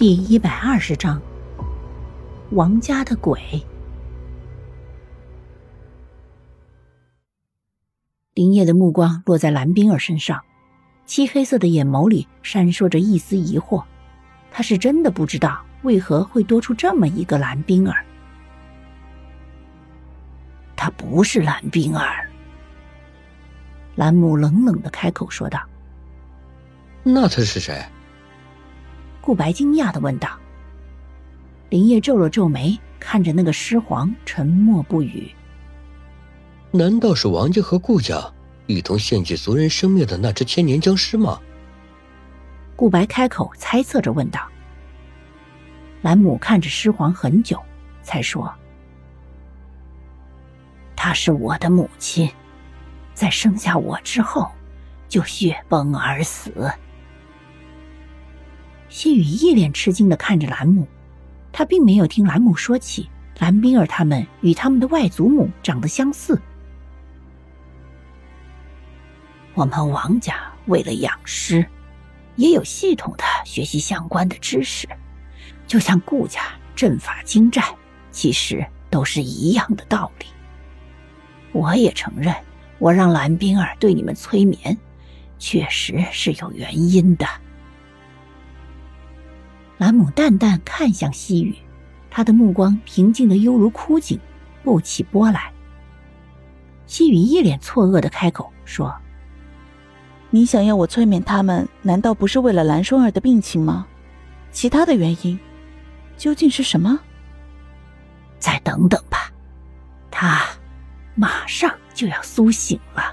第120章，王家的鬼。林业的目光落在蓝冰儿身上，漆黑色的眼眸里闪烁着一丝疑惑，他是真的不知道为何会多出这么一个蓝冰儿。他不是蓝冰儿，蓝母冷冷地开口说道。 那他是谁？ 顾白惊讶地问道。林业皱了皱眉，看着那个尸皇沉默不语。 难道是王家和顾家一同献祭族人生灭的那只千年僵尸吗？ 顾白开口猜测着问道。蓝母看着尸皇很久，才说：她是我的母亲，在生下我之后就血崩而死。西雨一脸吃惊地看着蓝母，他并没有听蓝母说起蓝冰儿他们与他们的外祖母长得相似。我们王家为了养尸，也有系统的学习相关的知识，就像顾家阵法精湛，其实都是一样的道理。我也承认，我让蓝冰儿对你们催眠，确实是有原因的。蓝母淡淡看向西雨，她的目光平静得犹如枯井，不起波澜。西雨一脸错愕地开口说： 你想要我催眠他们，难道不是为了蓝双儿的病情吗？其他的原因究竟是什么？ 再等等吧，他马上就要苏醒了。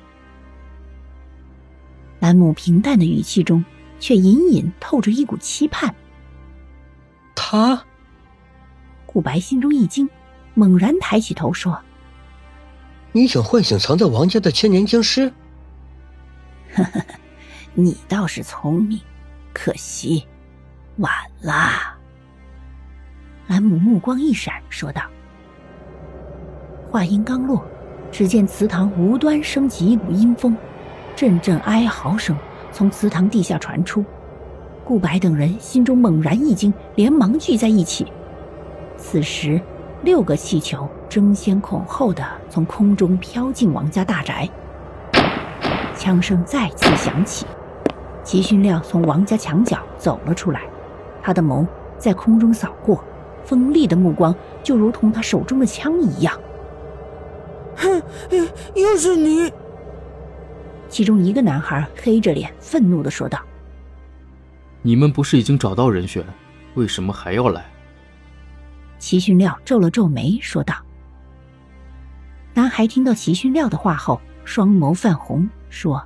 蓝母平淡的语气中却隐隐透着一股期盼。 他？ 顾白心中一惊，猛然抬起头说： 你想唤醒藏在王家的千年僵尸？ 呵呵，你倒是聪明，可惜晚了。蓝母目光一闪说道。话音刚落，只见祠堂无端升起一股阴风，阵阵哀嚎声从祠堂地下传出。顾白等人心中猛然一惊，连忙聚在一起。此时6个气球争先恐后地从空中飘进王家大宅。枪声再次响起，齐训亮从王家墙角走了出来，他的眸在空中扫过，锋利的目光就如同他手中的枪一样。 哼，又是你！ 其中一个男孩黑着脸愤怒地说道： 你们不是已经找到人选，为什么还要来？ 齐训亮皱了皱眉说道。男孩听到齐训亮的话后，双眸泛红说：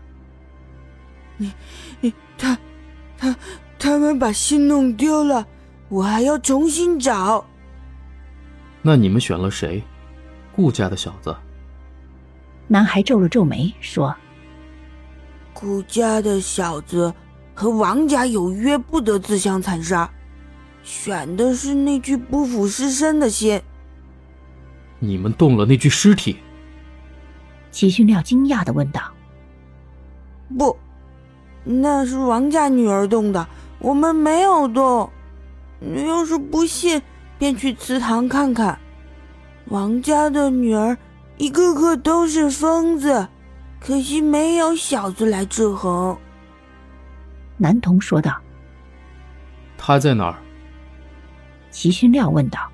他们把心弄丢了，我还要重新找。 那你们选了谁？顾家的小子？ 男孩皱了皱眉说： 顾家的小子和王家有约，不得自相残杀，选的是那具不腐尸身的仙。 你们动了那具尸体？ 齐训亮惊讶地问道。 不，那是王家女儿动的，我们没有动。你要是不信，便去祠堂看看，王家的女儿一个个都是疯子，可惜没有小子来制衡。 男童说道。 他在哪儿？ 齐训亮问道。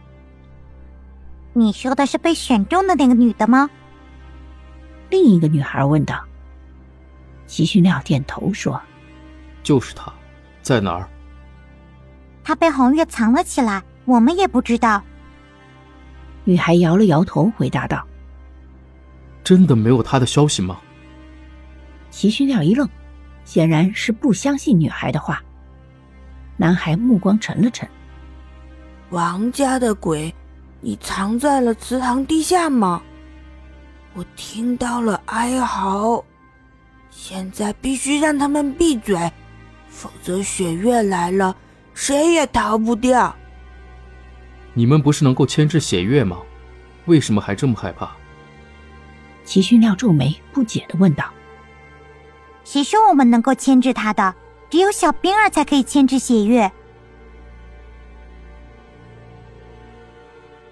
你说的是被选中的那个女的吗？ 另一个女孩问道。齐训亮点头说： 就是他，在哪儿？ 他被红月藏了起来，我们也不知道。 女孩摇了摇头回答道。 真的没有他的消息吗？ 齐训亮一愣，显然是不相信女孩的话。男孩目光沉了沉。 王家的鬼，你藏在了祠堂地下吗？我听到了哀嚎，现在必须让他们闭嘴，否则雪月来了，谁也逃不掉。 你们不是能够牵制血月吗？为什么还这么害怕？ 齐训亮皱眉不解地问道。 谁说我们能够牵制他的？只有小冰儿才可以牵制血月。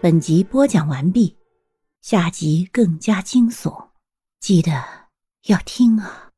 本集播讲完毕，下集更加惊悚，记得要听啊。